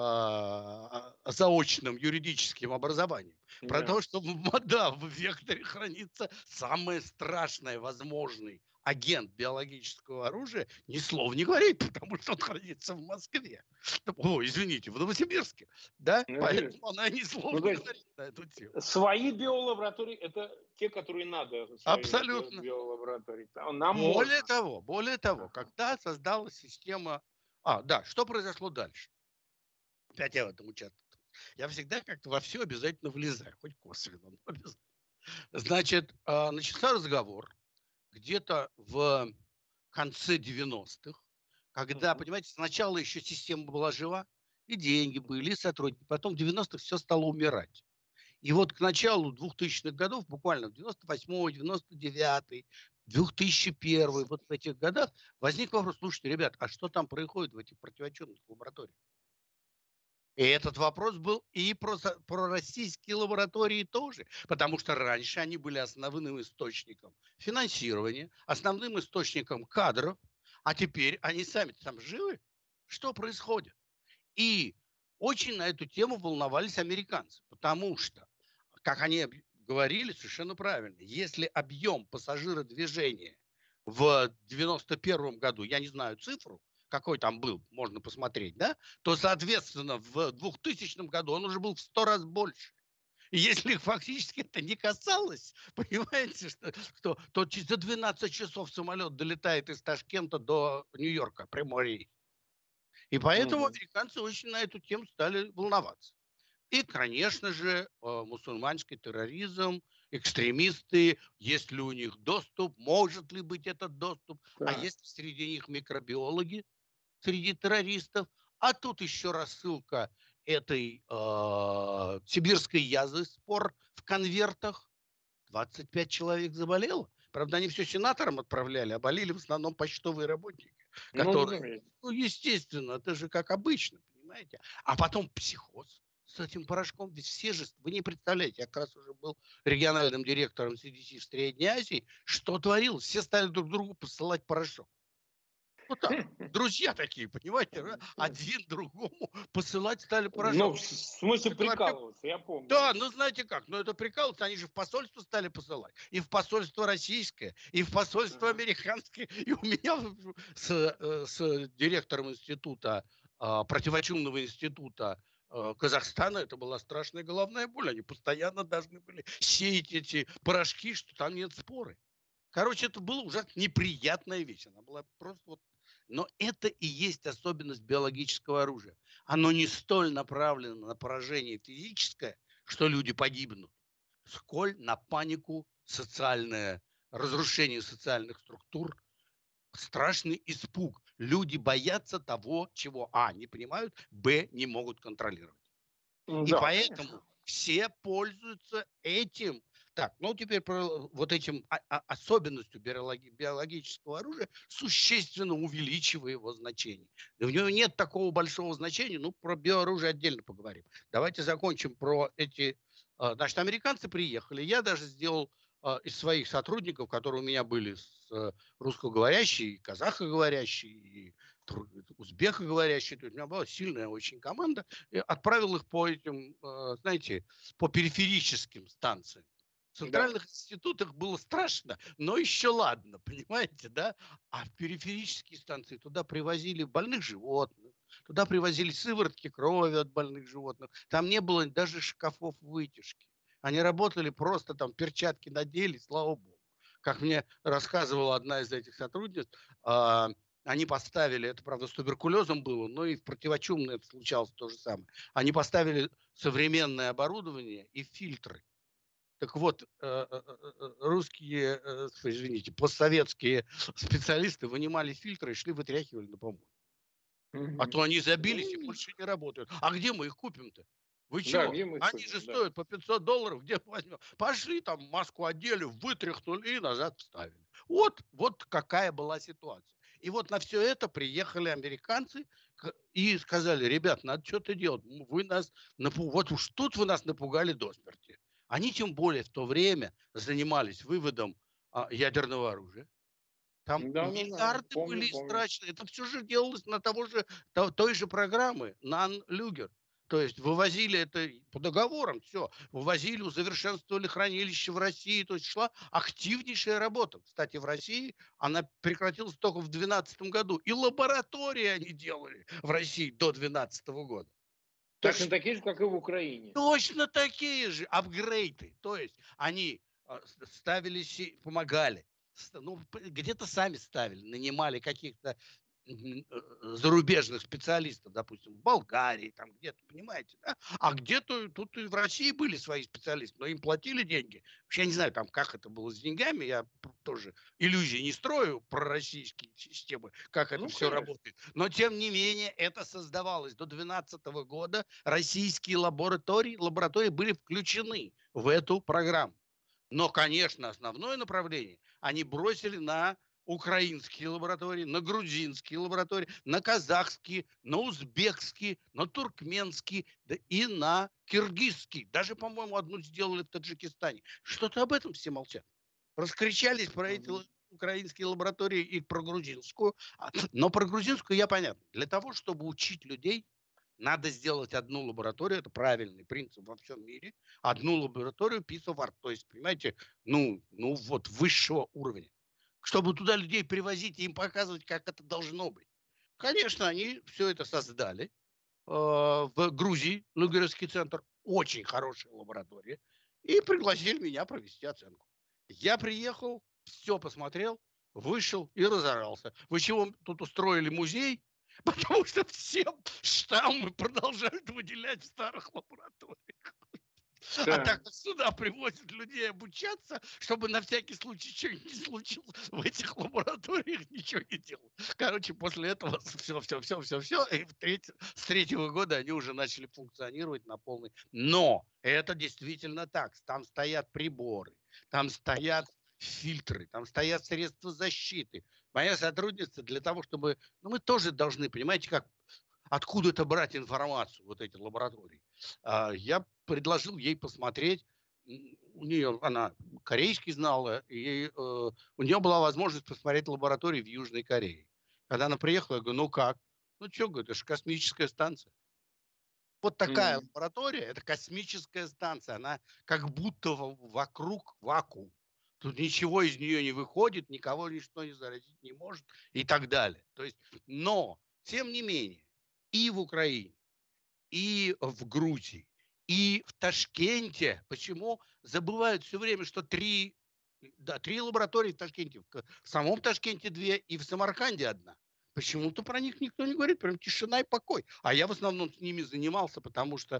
э, заочным юридическим образованием про Да. то, что да, в векторе хранится самый страшный возможный агент биологического оружия, ни слова не говорит, потому что он хранится в Москве. О, извините, в Новосибирске. Да? Ну, Поэтому она ни слова ну, не то есть говорит на эту тему. свои биолаборатории – это те, которые надо. Свои Абсолютно. биолаборатории. Нам Более можно. того, более того, когда создалась система... А, да, что произошло дальше? Опять я в этом участвую. Я всегда как-то во все обязательно влезаю, хоть косвенно, но обязательно. Значит, э, начался разговор где-то в конце девяностых, когда, Мгм. понимаете, сначала еще система была жива, и деньги были, и сотрудники. Потом в девяностых все стало умирать. И вот к началу двухтысячных годов, буквально в девяносто восьмой, девяносто девятый, две тысячи первый, вот в этих годах возник вопрос: слушайте, ребят, а что там происходит в этих противочумных лабораториях? И этот вопрос был и про, про российские лаборатории тоже, потому что раньше они были основным источником финансирования, основным источником кадров, а теперь они сами там живы. Что происходит? И очень на эту тему волновались американцы, потому что, как они говорили совершенно правильно, если объем пассажиродвижения в девяносто первом году, я не знаю цифру, какой там был, можно посмотреть, да, то, соответственно, в двухтысячном году он уже был в сто раз больше. И если их фактически это не касалось, понимаете, что, что то за двенадцать часов самолет долетает из Ташкента до Нью-Йорка, прямой рейс. И поэтому Мгм. американцы очень на эту тему стали волноваться. И, конечно же, мусульманский терроризм, экстремисты, есть ли у них доступ, может ли быть этот доступ, а Так. есть среди них микробиологи, среди террористов, а тут еще рассылка этой э, сибирской язвы, спор в конвертах, двадцать пять человек заболело. Правда, они все сенаторам отправляли, а болели в основном почтовые работники, Ну, которые, разумеется. ну, естественно, это же как обычно, понимаете. А потом психоз с этим порошком. Ведь все же, вы не представляете, я как раз уже был региональным директором си ди си в Средней Азии, что творилось? Все стали друг другу посылать порошок. Вот так. Друзья такие, понимаете, да? Один другому посылать стали Ну, порошок. в смысле Это вообще... прикалываться, я помню. Да, ну знаете как, ну это прикалываться, они же в посольство стали посылать. И в посольство российское, и в посольство Ага. американское. И у меня с, с директором института, противочумного института Казахстана, это была страшная головная боль. Они постоянно должны были сеять эти порошки, что там нет споры. Короче, это была ужасно неприятная вещь. Она была просто вот... Но это и есть особенность биологического оружия. Оно не столь направлено на поражение физическое, что люди погибнут, сколь на панику, социальное разрушение социальных структур, страшный испуг. Люди боятся того, чего а, не понимают, б, не могут контролировать. И Да, поэтому конечно. все пользуются этим. Так, ну теперь про вот этим а, а, особенностью биологи, биологического оружия, существенно увеличивая его значение. У него нет такого большого значения, ну про биооружие отдельно поговорим. Давайте закончим про эти... Значит, американцы приехали, я даже сделал из своих сотрудников, которые у меня были с русскоговорящие, казахоговорящие, и узбекоговорящие, у меня была сильная очень команда, и отправил их по этим, знаете, по периферическим станциям. В центральных да. институтах было страшно, но еще ладно, понимаете, да? А в периферические станции туда привозили больных животных, туда привозили сыворотки крови от больных животных. Там не было даже шкафов вытяжки. Они работали просто там, перчатки надели, слава богу. Как мне рассказывала одна из этих сотрудниц, э, они поставили, это, правда, с туберкулезом было, но и в противочумное это случалось то же самое. Они поставили современное оборудование и фильтры. Так вот, русские, извините, постсоветские специалисты вынимали фильтры и шли, вытряхивали на помойку. Mm-hmm. А то они забились и больше не работают. А где мы их купим-то? Вы чего? Да, где мы они купим, же да. стоят по пятьсот долларов, где возьмем? Пошли там, маску одели, вытряхнули и назад вставили. Вот, вот какая была ситуация. И вот на все это приехали американцы и сказали: ребят, надо что-то делать. Вы нас напу... Вот уж тут вы нас напугали до смерти. Они тем более в то время занимались выводом а, ядерного оружия. Там Да, да, да, миллиарды помню, были помню. истрачены. Это все же делалось на того же, то- той же программы Нан-Люгер. То есть вывозили это по договорам, все. Вывозили, усовершенствовали хранилище в России. То есть шла активнейшая работа. Кстати, в России она прекратилась только в две тысячи двенадцатом году. И лаборатории они делали в России до две тысячи двенадцатого года. Точно Точ- такие же, как и в Украине. Точно такие же апгрейды. То есть они а, с- ставили, се- помогали. С- Ну, п- где-то сами ставили, нанимали каких-то м, э, зарубежных специалистов, допустим, в Болгарии, там где-то, понимаете, да? А где-то тут и в России были свои специалисты, но им платили деньги. Вообще я не знаю, там, как это было с деньгами, я п- тоже иллюзий не строю про российские системы, как это Ну, все конечно. работает. Но, тем не менее, это создавалось. До две тысячи двенадцатого года российские лаборатории, лаборатории были включены в эту программу. Но, конечно, основное направление они бросили на украинские лаборатории, на грузинские лаборатории, на казахские, на узбекские, на туркменские, да и на киргизские. Даже, по-моему, одну сделали в Таджикистане. Что-то об этом все молчат. Раскричались про эти Мгм. украинские лаборатории и про грузинскую. А, Но про грузинскую я понятно. Для того, чтобы учить людей, надо сделать одну лабораторию, это правильный принцип во всем мире, одну лабораторию piece of art, то есть, понимаете, ну, ну вот высшего уровня, чтобы туда людей привозить и им показывать, как это должно быть. Конечно, они все это создали э, в Грузии, Лугерский центр, очень хорошая лаборатория, и пригласили меня провести оценку. Я приехал, все посмотрел, вышел и разорался. Вы чего тут устроили музей? Потому что все штаммы продолжают выделять в старых лабораториях. А так Да. как сюда привозят людей обучаться, чтобы на всякий случай что-нибудь не случилось, в этих лабораториях ничего не делают. Короче, после этого все, все, все, все, все. И в треть- с третьего года они уже начали функционировать на полный. Но это действительно так. Там стоят приборы, там стоят фильтры, там стоят средства защиты. Моя сотрудница для того, чтобы... Ну, мы тоже должны, понимаете, как откуда-то брать информацию, вот эти лаборатории. А, Я предложил ей посмотреть, м, у нее, она корейский знала, и э, у нее была возможность посмотреть лаборатории в Южной Корее. Когда она приехала, я говорю: ну как? Ну что, говорю, это же космическая станция. Вот такая Мгм. лаборатория, это космическая станция, она как будто в- вокруг вакуум. Тут ничего из нее не выходит, никого ничто не заразить не может и так далее. То есть, но, тем не менее, и в Украине, и в Грузии, и в Ташкенте. Почему забывают все время, что три, да, три лаборатории в Ташкенте. В в самом Ташкенте две и в Самарканде одна. Почему-то про них никто не говорит, прям тишина и покой. А я в основном с ними занимался, потому что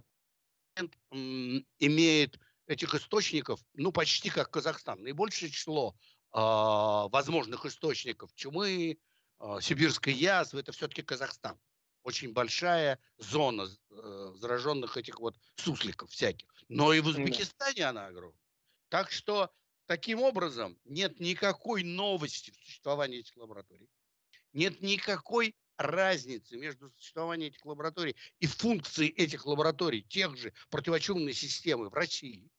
м, имеет этих источников, ну, почти как Казахстан. Наибольшее число а, возможных источников чумы, а, сибирской язвы, это все-таки Казахстан. Очень большая зона э, зараженных этих вот сусликов всяких. Но и в Да. Узбекистане она огромная. Так что таким образом нет никакой новости в существовании этих лабораторий. Нет никакой разницы между существованием этих лабораторий и функцией этих лабораторий, тех же противочумной системы в России.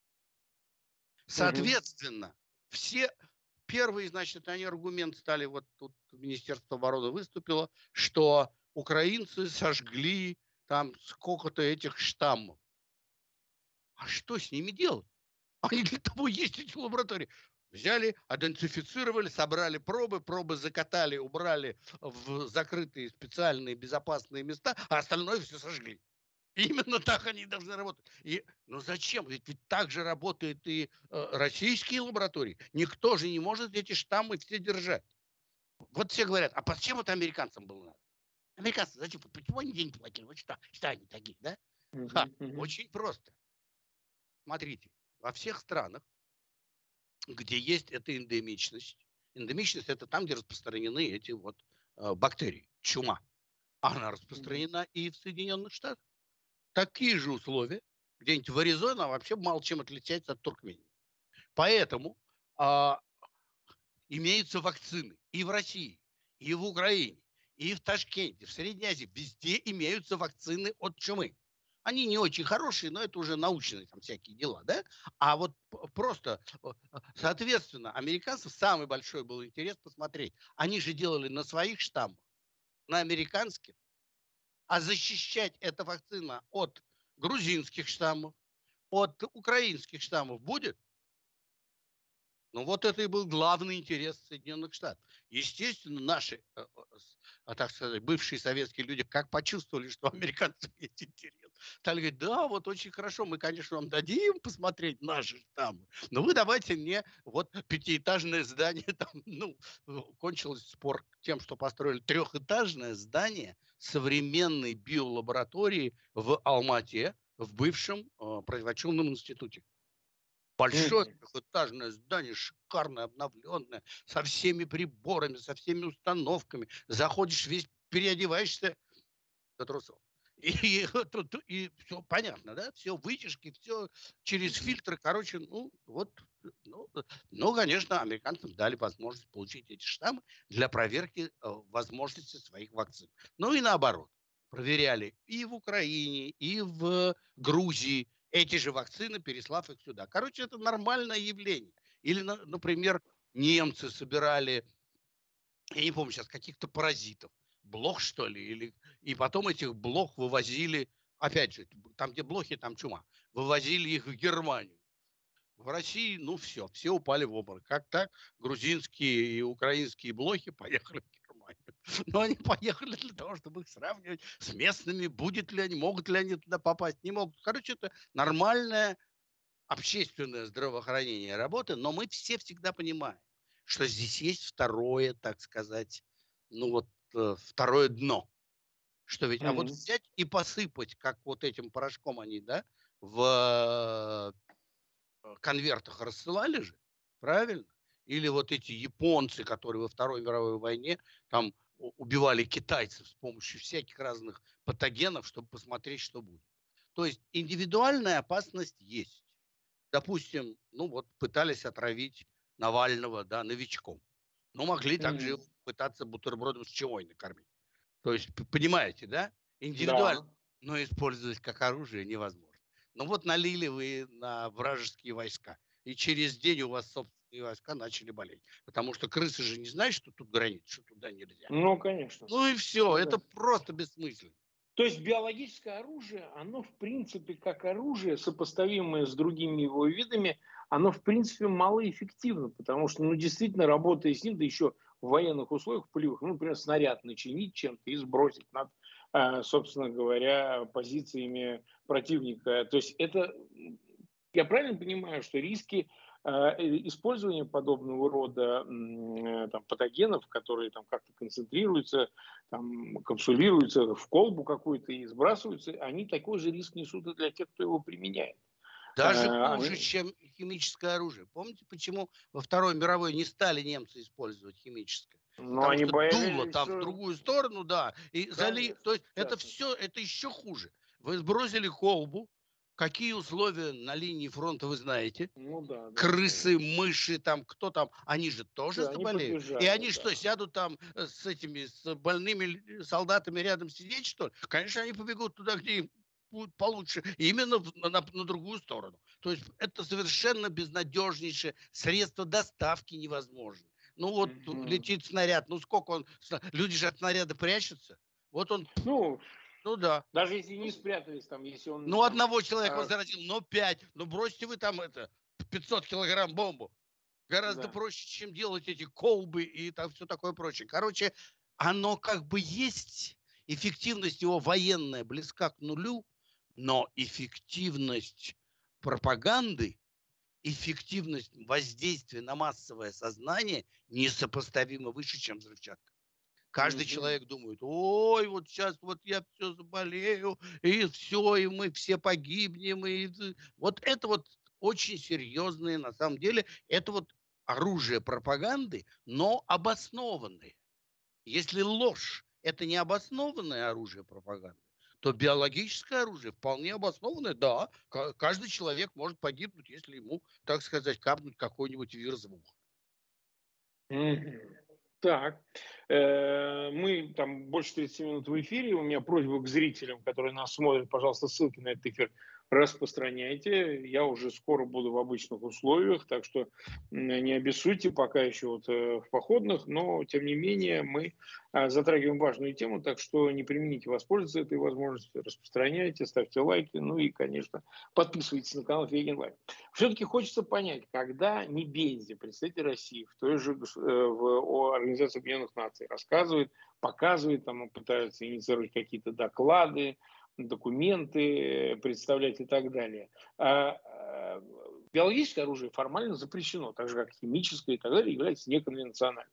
Мгм. Соответственно, все первые, значит, они аргумент стали, вот тут Министерство обороны выступило, что украинцы сожгли там сколько-то этих штаммов. А что с ними делать? Они для того есть эти лаборатории. Взяли, идентифицировали, собрали пробы, пробы закатали, убрали в закрытые специальные безопасные места, а остальное все сожгли. Именно так они должны работать. И, ну зачем? Ведь, ведь так же работают и э, российские лаборатории. Никто же не может эти штаммы все держать. Вот все говорят: а почему это американцам было надо? Американцы, зачем? Почему они деньги платили? Вот что, что они такие, да? Ха, Мгм. Мгм. очень просто. Смотрите, во всех странах, где есть эта эндемичность. Эндемичность – это там, где распространены эти вот э, бактерии, чума. Она Мгм. распространена и в Соединенных Штатах. Такие же условия. Где-нибудь в Аризоне вообще мало чем отличается от Туркмении. Поэтому а, имеются вакцины и в России, и в Украине, и в Ташкенте, в Средней Азии, везде имеются вакцины от чумы. Они не очень хорошие, но это уже научные там всякие дела, да? А вот просто, соответственно, американцев самый большой был интерес посмотреть. Они же делали на своих штаммах, на американских, а защищать эта вакцина от грузинских штаммов, от украинских штаммов будет? Ну вот это и был главный интерес Соединенных Штатов. Естественно, наши, а так сказать, бывшие советские люди как почувствовали, что американцев есть интерес. Стали говорить, да, вот очень хорошо, мы, конечно, вам дадим посмотреть наши штаммы, но вы давайте мне вот пятиэтажное здание, там, ну, кончилось спор тем, что построили трехэтажное здание современной биолаборатории в Алмате, в бывшем э, противочумном институте. Большое трехэтажное здание, шикарное, обновленное, со всеми приборами, со всеми установками. Заходишь весь, переодеваешься до трусов. И, и, и все понятно, да? Все вытяжки, все через фильтры. Короче, ну, вот, ну, ну, конечно, американцам дали возможность получить эти штаммы для проверки э, возможности своих вакцин. Ну и наоборот. Проверяли и в Украине, и в Грузии эти же вакцины, переслав их сюда. Короче, это нормальное явление. Или, например, немцы собирали, я не помню сейчас, каких-то паразитов, блох, что ли, или... и потом этих блох вывозили, опять же, там, где блохи, там чума, вывозили их в Германию. В России, ну все, все упали в обморок. Как так? Грузинские и украинские блохи поехали в Германию. Но они поехали для того, чтобы их сравнивать с местными. Будет ли они, могут ли они туда попасть, не могут. Короче, это нормальное общественное здравоохранение работы, но мы все всегда понимаем, что здесь есть второе, так сказать, ну вот э, второе дно. Что ведь, mm-hmm. а вот взять и посыпать, как вот этим порошком они, да, в конвертах рассылали же, правильно? Или вот эти японцы, которые во Второй мировой войне там убивали китайцев с помощью всяких разных патогенов, чтобы посмотреть, что будет. То есть индивидуальная опасность есть. Допустим, ну вот пытались отравить Навального, да, новичком. Но могли mm-hmm. также пытаться бутербродом с чумой накормить. То есть, понимаете, да? Индивидуально. Да. Но использовать как оружие невозможно. Ну вот налили вы на вражеские войска, и через день у вас собственные войска начали болеть. Потому что крысы же не знают, что тут граница, что туда нельзя. Ну, конечно. Ну и все, ну, это да. просто бессмысленно. То есть биологическое оружие, оно в принципе как оружие, сопоставимое с другими его видами, оно в принципе малоэффективно, потому что, ну, действительно, работая с ним, да еще в военных условиях, в полевых, ну, например, снаряд начинить чем-то и сбросить над, собственно говоря, позициями противника. То есть это, я правильно понимаю, что риски использования подобного рода там, патогенов, которые там как-то концентрируются, там, капсулируются в колбу какую-то и сбрасываются, они такой же риск несут и для тех, кто его применяет. Даже а, хуже, они... чем химическое оружие. Помните, почему во Второй мировой не стали немцы использовать химическое? Но Потому они что боялись, дуло там что... в другую сторону, да, и Конечно, зали... То есть да. это все, это еще хуже. Вы сбросили колбу, какие условия на линии фронта вы знаете? Ну, да, да, крысы, да. мыши, там кто там, они же тоже да, заболеют. Они и они да. что, сядут там с этими с больными солдатами рядом сидеть, что ли? Конечно, они побегут туда, где им будет получше, именно на, на, на другую сторону. То есть это совершенно безнадежнейшее средство доставки невозможно. Ну вот mm-hmm. летит снаряд, ну сколько он... Люди же от снаряда прячутся. Вот он... Ну... Ну да. Даже если не спрятались там, если он... Ну, одного человека а... он заразил, но пять. Ну, бросьте вы там это, пятьсот килограмм бомбу. Гораздо да. проще, чем делать эти колбы и там все такое прочее. Короче, оно как бы есть, эффективность его военная близка к нулю, но эффективность пропаганды, эффективность воздействия на массовое сознание несопоставимо выше, чем взрывчатка. Каждый mm-hmm. человек думает, ой, вот сейчас вот я все заболею, и все, и мы все погибнем. И... Вот это вот очень серьезные, на самом деле, это вот оружие пропаганды, но обоснованное. Если ложь – это не обоснованное оружие пропаганды, то биологическое оружие вполне обоснованное, да, каждый человек может погибнуть, если ему, так сказать, капнуть какой-нибудь вирус в ухо. Mm-hmm. Так, э, мы там больше тридцати минут в эфире. У меня просьба к зрителям, которые нас смотрят, пожалуйста, ссылки на этот эфир распространяйте. Я уже скоро буду в обычных условиях, так что не обессудьте, пока еще вот в походных, но тем не менее мы затрагиваем важную тему, так что не примените воспользоваться этой возможностью, распространяйте, ставьте лайки, ну и, конечно, подписывайтесь на канал Фейгин Лайв. Все-таки хочется понять, когда Небензи, представитель России, в той же в Организации Объединенных Наций, рассказывает, показывает, там пытаются инициировать какие-то доклады, документы представлять и так далее. А биологическое оружие формально запрещено, так же как химическое и так далее, является неконвенциональным.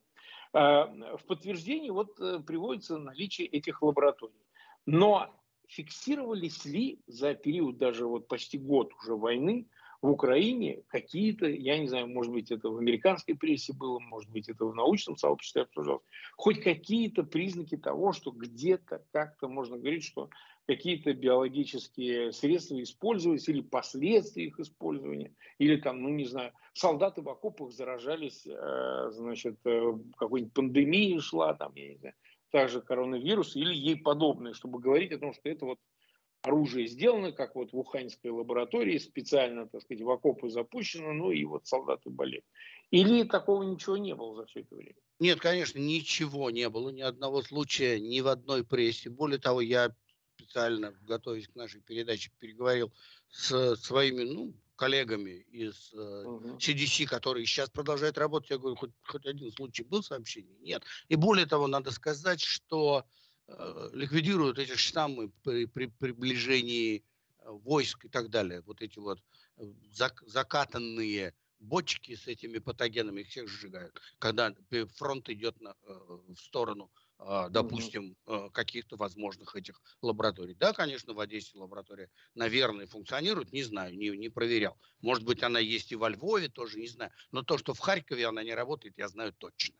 В подтверждение вот приводится наличие этих лабораторий. Но фиксировались ли за период даже вот почти год уже войны в Украине какие-то, я не знаю, может быть, это в американской прессе было, может быть, это в научном сообществе обсуждалось, хоть какие-то признаки того, что где-то как-то можно говорить, что какие-то биологические средства использовались или последствия их использования, или там, ну не знаю, солдаты в окопах заражались, э, значит, э, какой-нибудь пандемия шла, там, я не знаю, также коронавирус или ей подобное, чтобы говорить о том, что это вот оружие сделано, как вот в Уханьской лаборатории, специально, так сказать, в окопы запущено, ну и вот солдаты болеют. Или такого ничего не было за все это время? Нет, конечно, ничего не было, ни одного случая, ни в одной прессе. Более того, я специально, готовясь к нашей передаче, переговорил с своими, ну, коллегами из Угу. си ди си, которые сейчас продолжают работать. Я говорю, хоть, хоть один случай был сообщение? Нет. И более того, надо сказать, что э, ликвидируют эти штаммы при, при приближении войск и так далее. Вот эти вот зак, закатанные бочки с этими патогенами, их всех сжигают. Когда фронт идет на, в сторону, допустим, каких-то возможных этих лабораторий. Да, конечно, в Одессе лаборатория, наверное, функционирует, не знаю, не, не проверял. Может быть, она есть и во Львове, тоже не знаю. Но то, что в Харькове она не работает, я знаю точно.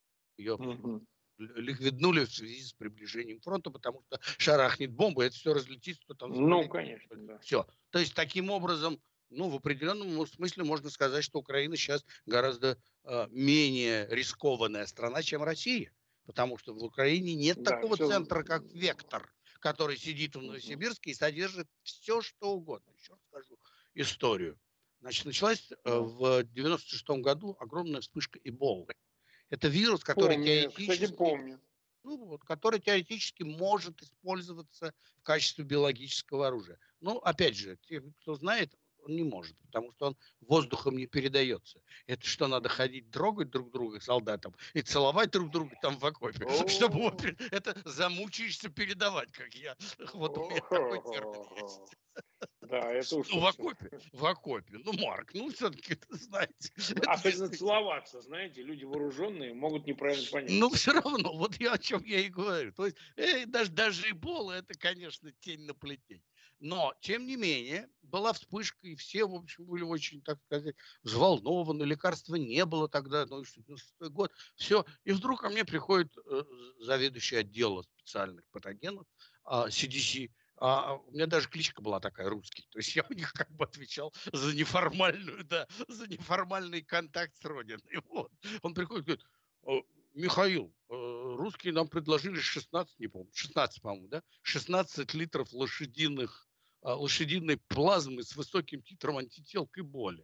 Ее угу. ликвиднули в связи с приближением фронта, потому что шарахнет бомба, это все разлетится, кто там... Ну, конечно, да. Все. То есть, таким образом, ну, в определенном смысле можно сказать, что Украина сейчас гораздо э, менее рискованная страна, чем Россия. Потому что в Украине нет да, такого все... центра, как Вектор, который сидит в Новосибирске и содержит все, что угодно. Еще раз скажу историю. Значит, началась э, в девяносто шестом году огромная вспышка Эболы. Это вирус, который помню, теоретически... Кстати, помню. Ну, вот, который теоретически может использоваться в качестве биологического оружия. Но, опять же, те, кто знает, он не может, потому что он воздухом не передается. Это что, надо ходить, трогать друг друга солдатам и целовать друг друга там в окопе, чтобы его, это замучаешься передавать, как я. Вот у меня такой термин есть. Да, это уж ну, в окопе, в окопе. Ну, Марк, ну, все-таки, знаете. Особенно это... целоваться, знаете, люди вооруженные могут неправильно понять. Ну, все равно, вот я о чем я и говорю. То есть, э, даже, даже Эбола, это, конечно, тень на плетень. Но, тем не менее, была вспышка, и все, в общем, были очень, так сказать, взволнованы. Лекарства не было тогда, ну, девяносто шестой год. Все. И вдруг ко мне приходит э, заведующий отдела специальных патогенов э, си ди си. А у меня даже кличка была такая, русский. То есть я у них как бы отвечал за неформальную, да, за неформальный контакт с Родиной. Вот. Он приходит и говорит: Михаил, русские нам предложили шестнадцать, не помню, шестнадцать, по-моему, да, шестнадцать литров лошадиных, лошадиной плазмы с высоким титром антител к Эболе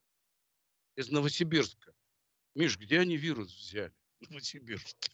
из Новосибирска. Миш, где они вирус взяли? В Новосибирске.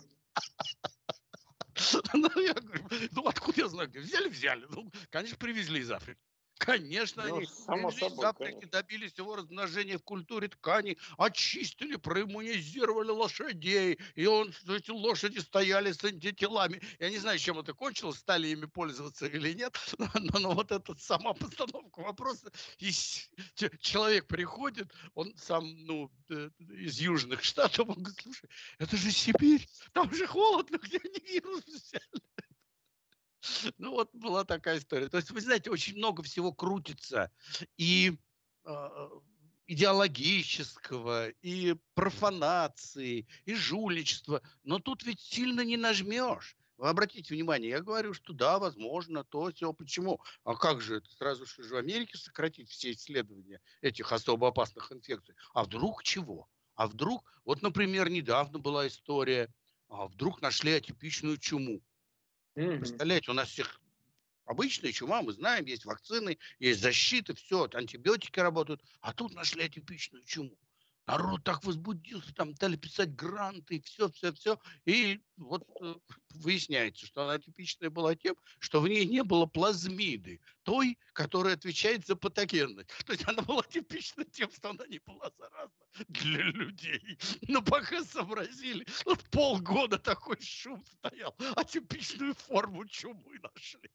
Ну, я говорю, ну, откуда я знаю, где? Взяли, взяли. Ну, конечно, привезли из Африки. Конечно, ну, они привезли из Африки, конечно. Добились его размножения в культуре тканей, очистили, проиммунизировали лошадей, и он, эти лошади стояли с антителами. Я не знаю, чем это кончилось, стали ими пользоваться или нет, но, но, но вот эта сама постановка вопроса, и человек приходит, он сам, ну, из южных штатов, он говорит: слушай, это же Сибирь, там же холодно, где они вирус взяли? Ну вот была такая история. То есть, вы знаете, очень много всего крутится и э, идеологического, и профанации, и жульничества. Но тут ведь сильно не нажмешь. Вы обратите внимание, я говорю, что да, возможно, то, все. Почему? А как же это? Сразу же в Америке сократить все исследования этих особо опасных инфекций. А вдруг чего? А вдруг, вот, например, недавно была история, а вдруг нашли атипичную чуму. Мгм. Представляете, у нас всех обычная чума, мы знаем, есть вакцины, есть защита, все, антибиотики работают. А тут нашли атипичную чуму. Народ так возбудился, там стали писать гранты, все, все, все. И вот э, выясняется, что она атипичная была тем, что в ней не было плазмиды, той, которая отвечает за патогенность. То есть она была типична тем, что она не была заразна для людей. Но пока сообразили, вот полгода такой шум стоял, атипичную форму чумы нашли.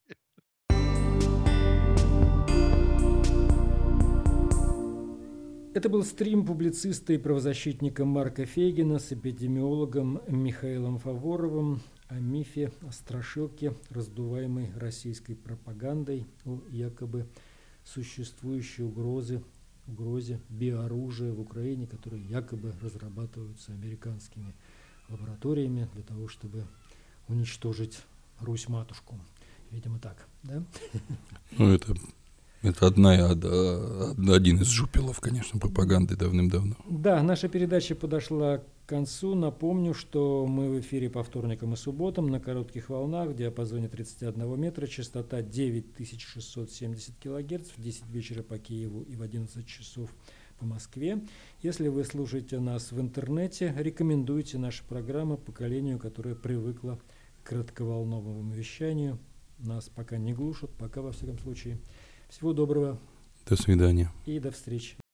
Это был стрим публициста и правозащитника Марка Фейгина с эпидемиологом Михаилом Фаворовым о мифе, о страшилке, раздуваемой российской пропагандой, о якобы существующей угрозе, угрозе биооружия в Украине, которые якобы разрабатываются американскими лабораториями для того, чтобы уничтожить Русь-матушку. Видимо, так, да? Ну, это, это одна, один из жупелов, конечно, пропаганды давным-давно. Да, наша передача подошла к концу. Напомню, что мы в эфире по вторникам и субботам на коротких волнах в диапазоне тридцать один метра, частота девять тысяч шестьсот семьдесят килогерц, в десять вечера по Киеву и в одиннадцать часов по Москве. Если вы слушаете нас в интернете, рекомендуйте наши программы поколению, которое привыкло к кратковолновому вещанию. Нас пока не глушат, пока во всяком случае. Всего доброго. До свидания. И до встречи.